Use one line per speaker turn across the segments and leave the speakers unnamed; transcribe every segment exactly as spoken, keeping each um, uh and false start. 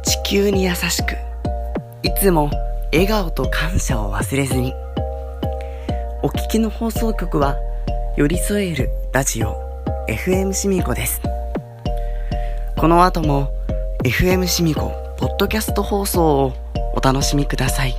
地球に優しく、いつも笑顔と感謝を忘れずに。お聞きの放送局は寄り添えるラジオ エフエム しみこです。この後も エフエム しみこポッドキャスト放送をお楽しみください。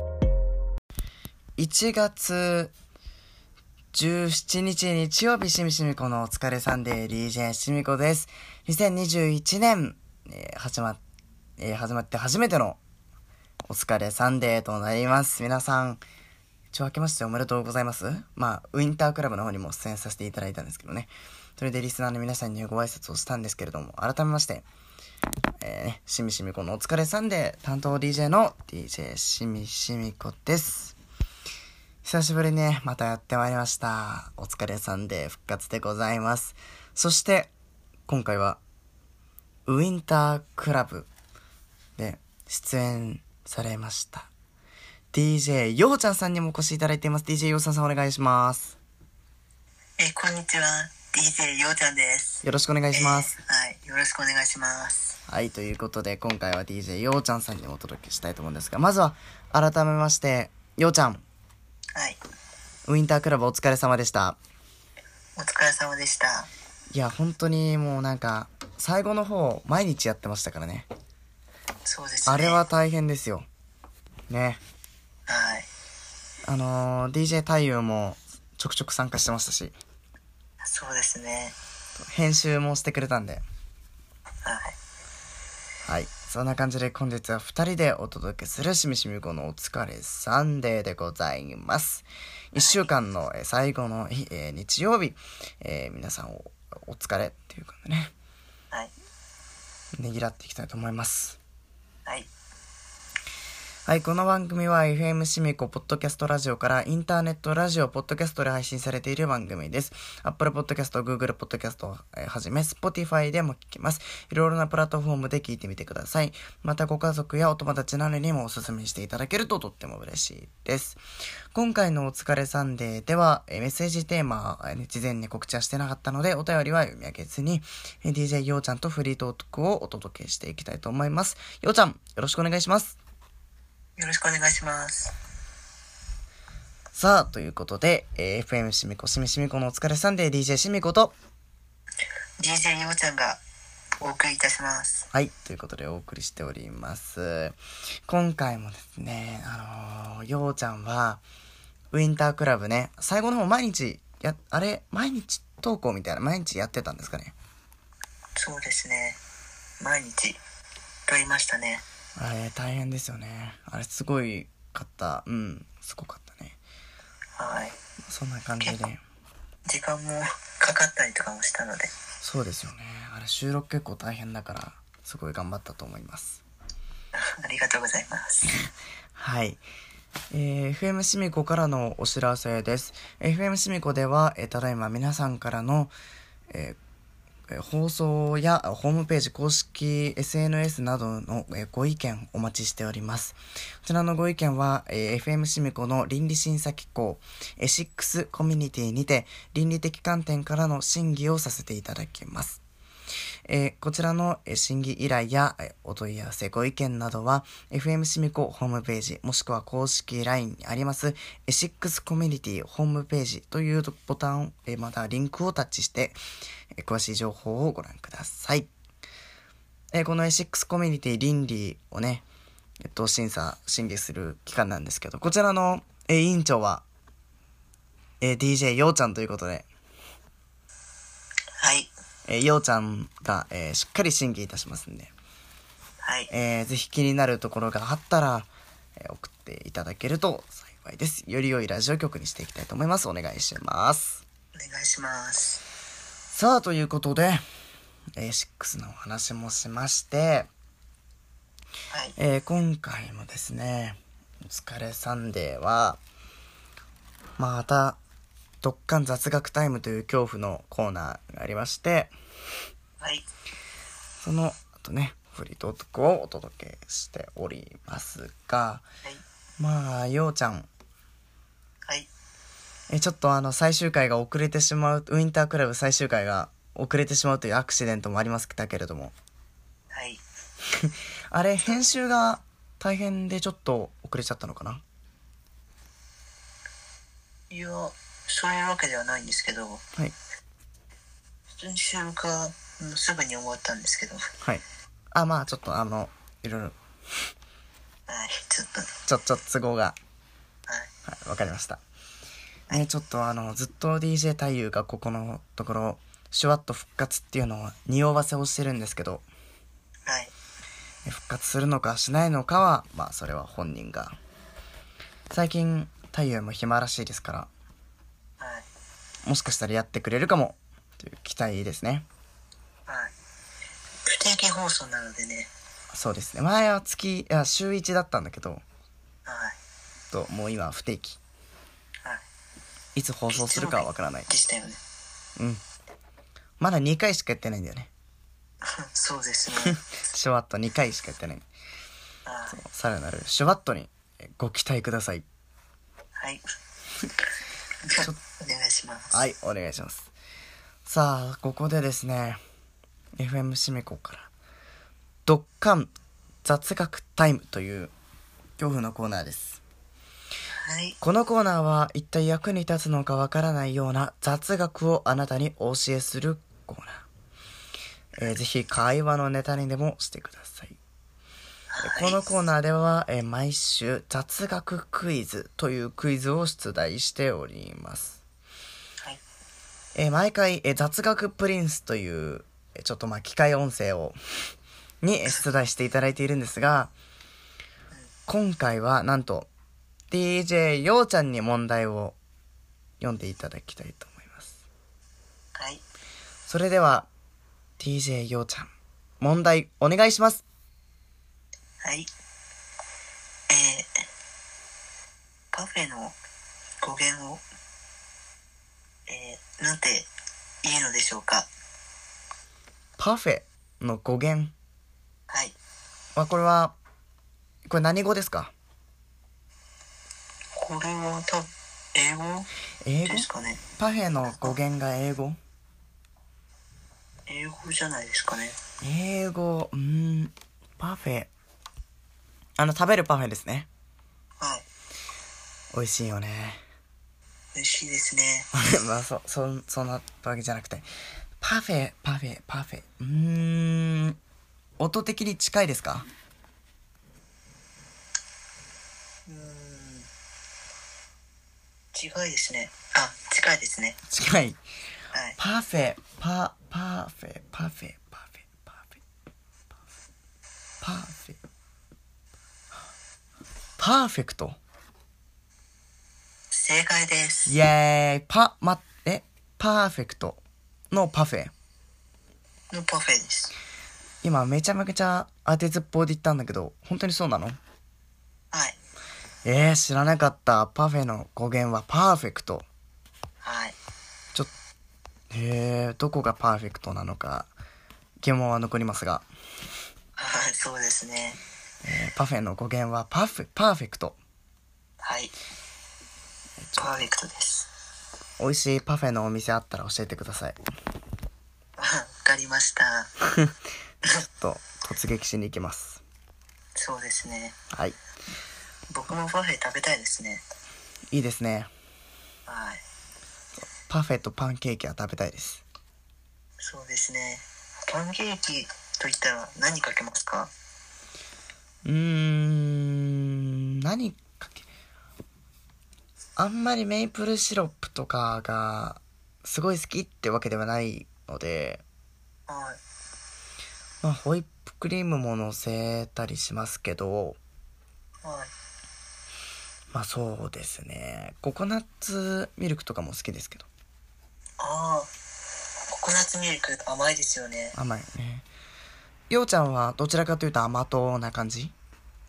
いちがつじゅうしちにち日曜日、しみしみこのお疲れサンデー ディージェー しみこです。にせんにじゅういちねん、えー、始ま、えー、始まって初めてのお疲れサンデーとなります。皆さん一応明けましておめでとうございます。まあウィンタークラブの方にも出演させていただいたんですけどね、それでリスナーの皆さんにご挨拶をしたんですけれども、改めまして、えーね、しみしみこのお疲れサンデー担当 ディージェー の ディージェー しみしみこです。久しぶりにね、またやってまいりました。お疲れサンデー復活でございます。そして今回はウィンタークラブで出演されました ディージェー ようちゃんさんにもお越しいただいています。 ディージェー ようちゃんさんお願いします。
えー、こんにちは、 ディージェー ようちゃんです。
よろしくお願いします。
えー、はいよろしくお願いします。
はい、ということで今回は ディージェー ようちゃんさんにお届けしたいと思うんですが、まずは改めましてようちゃん、
はい、
ウィンタークラブお疲れ様でした。
お疲れ様でした。
いや本当にもうなんか最後の方毎日やってましたからね。
そうですね、
あれは大変ですよね。
はい、
あのー、ディージェー 太陽もちょくちょく参加してましたし、
そうですね、
編集もしてくれたんで、
はい
はい、そんな感じで本日はふたりでお届けするしみしみこのお疲れサンデーでございます。いっしゅうかんの最後の日、えー、日曜日、えー、皆さんおお疲れっていうかね、
はい、
ねぎらっていきたいと思います。
はい
はい、この番組は エフエム しみこポッドキャストラジオからインターネットラジオポッドキャストで配信されている番組です。Apple Podcast、Google Podcast をはじめ Spotify でも聞きます。いろいろなプラットフォームで聞いてみてください。またご家族やお友達などにもおすすめしていただけるととっても嬉しいです。今回のお疲れサンデーではメッセージテーマ、事前に告知はしてなかったのでお便りは読み上げずに ディージェー ようちゃんとフリートークをお届けしていきたいと思います。ようちゃん、よろしくお願いします。
よろしくお願いします。
さあ、ということで、えー、エフエム しみこしみしみこのお疲れサンデー ディージェー しみこと
ディージェー ようちゃんがお送りいたします。
はい、ということでお送りしております。今回もですね、あのー、ようちゃんはウィンタークラブね、最後の方毎日やあれ毎日投稿みたいな毎日やってたんですかね。
そうですね、毎日撮りましたね。
あれ大変ですよね。あれすごいかった。うん、すごかったね。
はい、
そんな感じで
時間もかかったりとかもしたので。
そうですよね。あれ収録結構大変だからすごい頑張ったと思います。
ありがとうございます。
はい、えー、エフエム しみこからのお知らせです。 エフエム しみこでは、えー、ただいま皆さんからの、えー放送やホームページ公式 エスエヌエス などのご意見お待ちしております。こちらのご意見は エフエム しみこの倫理審査機構シックスコミュニティにて倫理的観点からの審議をさせていただきます。えー、こちらの審議依頼やお問い合わせご意見などは エフエム しみこホームページもしくは公式 ライン にありますシックスコミュニティホームページというボタン、えー、またリンクをタッチしてえー、詳しい情報をご覧ください。えー、この シックス コミュニティ倫理をね、えっと、審査審議する機関なんですけど、こちらの、えー、委員長は、えー、ディージェー ようちゃんということで、
はい、
えー、ようちゃんが、えー、しっかり審議いたしますんで、
はい、
えー、ぜひ気になるところがあったら、えー、送っていただけると幸いです。より良いラジオ局にしていきたいと思います。お願いします。
お願いします。
さあ、ということで、えー、シックスのお話もしまして、
はい、
えー、今回もですね、お疲れサンデーは、また、ドッカン雑学タイムという恐怖のコーナーがありまして、
はい、
その後ね、フリートークをお届けしておりますが、
はい、
まあ、ようちゃん、
はい、
えちょっとあの最終回が遅れてしまう、ウィンタークラブ最終回が遅れてしまうというアクシデントもありましたけれども、
はい、
あれ編集が大変でちょっと遅れちゃったのかな。
いや、そういうわけではないんですけど、
はい。
普通に収録はもうすぐに終わったんですけど、
はい。あ、まあちょっとあのいろいろ
はい、ちょっと、
ちょちょっと都合が、
はい、
はい、わかりました。ね、ちょっとあのずっと ディージェー 太夫がここのところシュワッと復活っていうのを匂わせをしてるんですけど、
はい、
復活するのかしないのかはまあそれは本人が。最近太夫も暇らしいですから、
はい、
もしかしたらやってくれるかもという期待ですね。
はい。不定期放送なのでね。
そうですね。前は月いや週いちだったんだけど、
はい、
ともう今は不定期。
はい。
いつ放送するかはわからない
でしたよね。
うん。まだにかいしかやってないんだよね。
そうですね。
シュワットにかいしかやってない。
はい、
さらなるシュワットにご期待ください。
はい。
ちょ
お願いします。
はい、お願いします。さあここでですね エフエム シミコからドッカン雑学タイムという恐怖のコーナーです。
はい。
このコーナーは一体役に立つのかわからないような雑学をあなたにお教えするコーナー、えー、ぜひ会話のネタにでもしてください。
はい、
このコーナーでは、えー、毎週雑学クイズというクイズを出題しております。
はい、
えー、毎回、えー、雑学プリンスというえーちょっとまあ機械音声をに出題していただいているんですが、今回はなんと ディージェー ようちゃんに問題を読んでいただきたいと思います。
はい。
それでは ディージェー ようちゃん、問題お願いします。
はい。えー、パフェの語源を、えー、なんて言うのでしょうか。
パフェの語源
はい。
は、これはこれ何語ですか？
これは多分英語
英語
ですかね。
パフェの語源が英語
英語じゃないですかね。
英語、うーん、パフェ、あの食べるパフェですね。
はい。
美味しいよね。
美味しいですね。
まあそそそんなわけじゃなくて、パフェパフェパフェ、うーん、音的に近いですか？
うーん。違いですね。あ、近いですね。
近い。
はい。
パフェパパフェパフェパフェパフェパフェパーフェクト。
正解です。
イエーイ。パまえパーフェクトのパフェ。
のパフェです。
今めちゃめちゃ当てずっぽうで言ったんだけど、本当にそうなの？
はい。
えー、知らなかった。パフェの語源はパーフェクト。
はい。
ちょっへー、どこがパーフェクトなのか疑問は残りますが、
はい、そうですね。
えー、パフェの語源はパフェパーフェクト。
はい。パーフェクトです。
美味しいパフェのお店あったら教えてください。
わかりました。
ちょっと突撃しに行きます。
そうですね。
はい、
僕もパフェ食べたいですね。
いいですね。
はい。
パフェとパンケーキは食べたいです。
そうですね。パンケーキといったら何かけますか？
うーん、何かけあんまりメイプルシロップとかがすごい好きってわけではないので、
はい。
まあ、ホイップクリームも乗せたりしますけど、
はい。
まあそうですね、ココナッツミルクとかも好きですけど。
ああ、ココナッツミルク甘いですよね。
甘いよね。ようちゃんはどちらかというと甘党な感じ？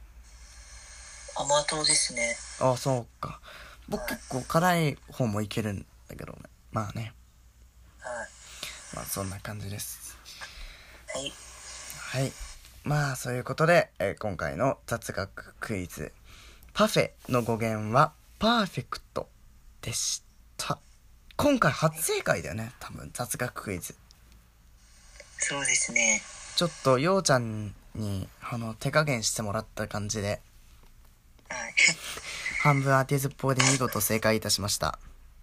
甘党ですね。
ああ、そうか。僕
はい
結構辛い方もいけるんだけどね。まあね、
はい。
まあそんな感じです。
はい。
はい、まあそういうことで、えー今回の雑学クイズ、パフェの語源はパーフェクトでした。今回初正解だよね、多分雑学クイズ。
そうですね。
ちょっとようちゃんにあの手加減してもらった感じで
はい
半分当てずっぽうで見事正解いたしました。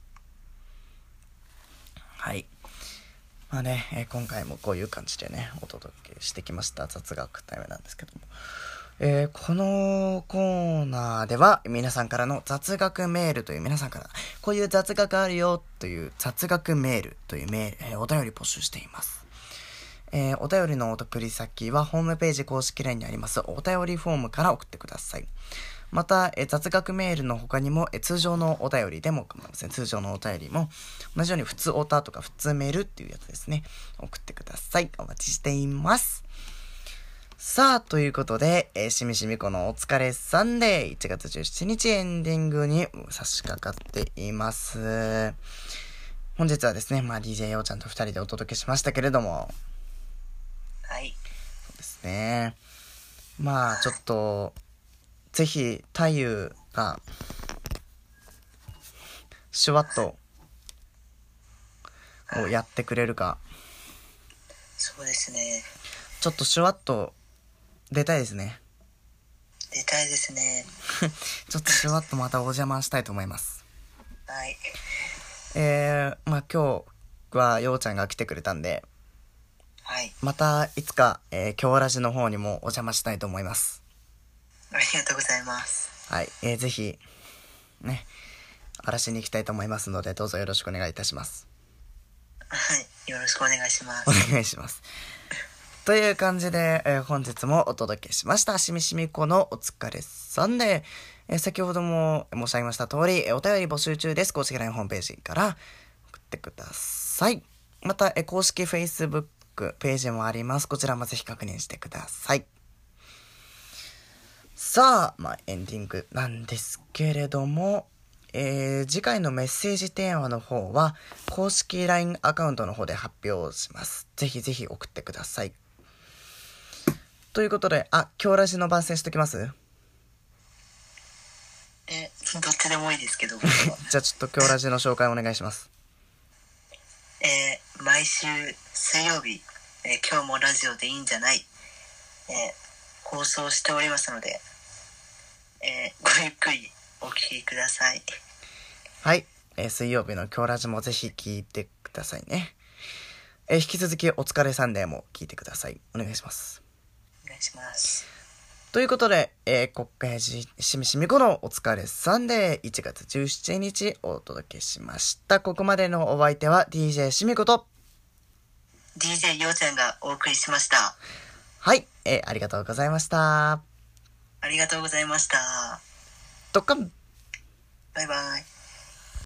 はい。まあね、えー、今回もこういう感じでねお届けしてきました雑学タイムなんですけども、えー、このコーナーでは皆さんからの雑学メールという皆さんからこういう雑学あるよという雑学メールというメール、えー、お便り募集しています。えー、お便りのお送り先はホームページ公式 ライン にありますお便りフォームから送ってください。また、え雑学メールの他にもえ通常のお便りでも構いません。通常のお便りも同じように普通オタとか普通メールっていうやつですね、送ってください。お待ちしています。さあということで、えー、しみしみこのお疲れサンデーいちがつじゅうしちにちエンディングに差し掛かっています。本日はですね、まあ ディージェー ようちゃんとふたりでお届けしましたけれども、
はい。
そうですね、まあちょっとぜひ太夫がシュワットをやってくれるか。
そうですね。
ちょっとシュワット出たいですね。
出たいですね。
ちょっとシュワットまたお邪魔したいと思います。
はい。
えー、まあ今日はようちゃんが来てくれたんで、
はい。
またいつか、えー、京ラジの方にもお邪魔したいと思います。
ありがとうございます。
はい、えー、ぜひね荒らしに行きたいと思いますので、どうぞよろしくお願いいたします。
はい、よろしくお願いします。
お願いします。という感じで、えー、本日もお届けしましたしみしみこのお疲れさんで、えー、先ほども申し上げました通り、えー、お便り募集中です。公式 ライン ホームページから送ってください。また、えー、公式 Facebook ページもあります。こちらもぜひ確認してください。さあ、まあ、エンディングなんですけれども、えー、次回のメッセージテーマの方は公式 ライン アカウントの方で発表します。ぜひぜひ送ってください。ということで、あ、京ラジの番宣しときます？
え、どっちでもいいですけど。
じゃあちょっと京ラジの紹介お願いします。
えー、毎週水曜日、えー、今日もラジオでいいんじゃない、えー、放送しておりますので、えー、ごゆっくりお聞きください。
はい、えー、水曜日の京ラジもぜひ聞いてくださいね。えー、引き続きお疲れサンデーも聞いてください。お願いします。
お願いします。
ということで、えー、国会しみしみこのお疲れサンデーいちがつじゅうしちにちお届けしました。ここまでのお相手は ディージェー しみこと
ディージェー ようちゃんがお送りしました。
はい、えー、ありがとうございました。
ありがとうございました。
ドッカン。
バイバイ。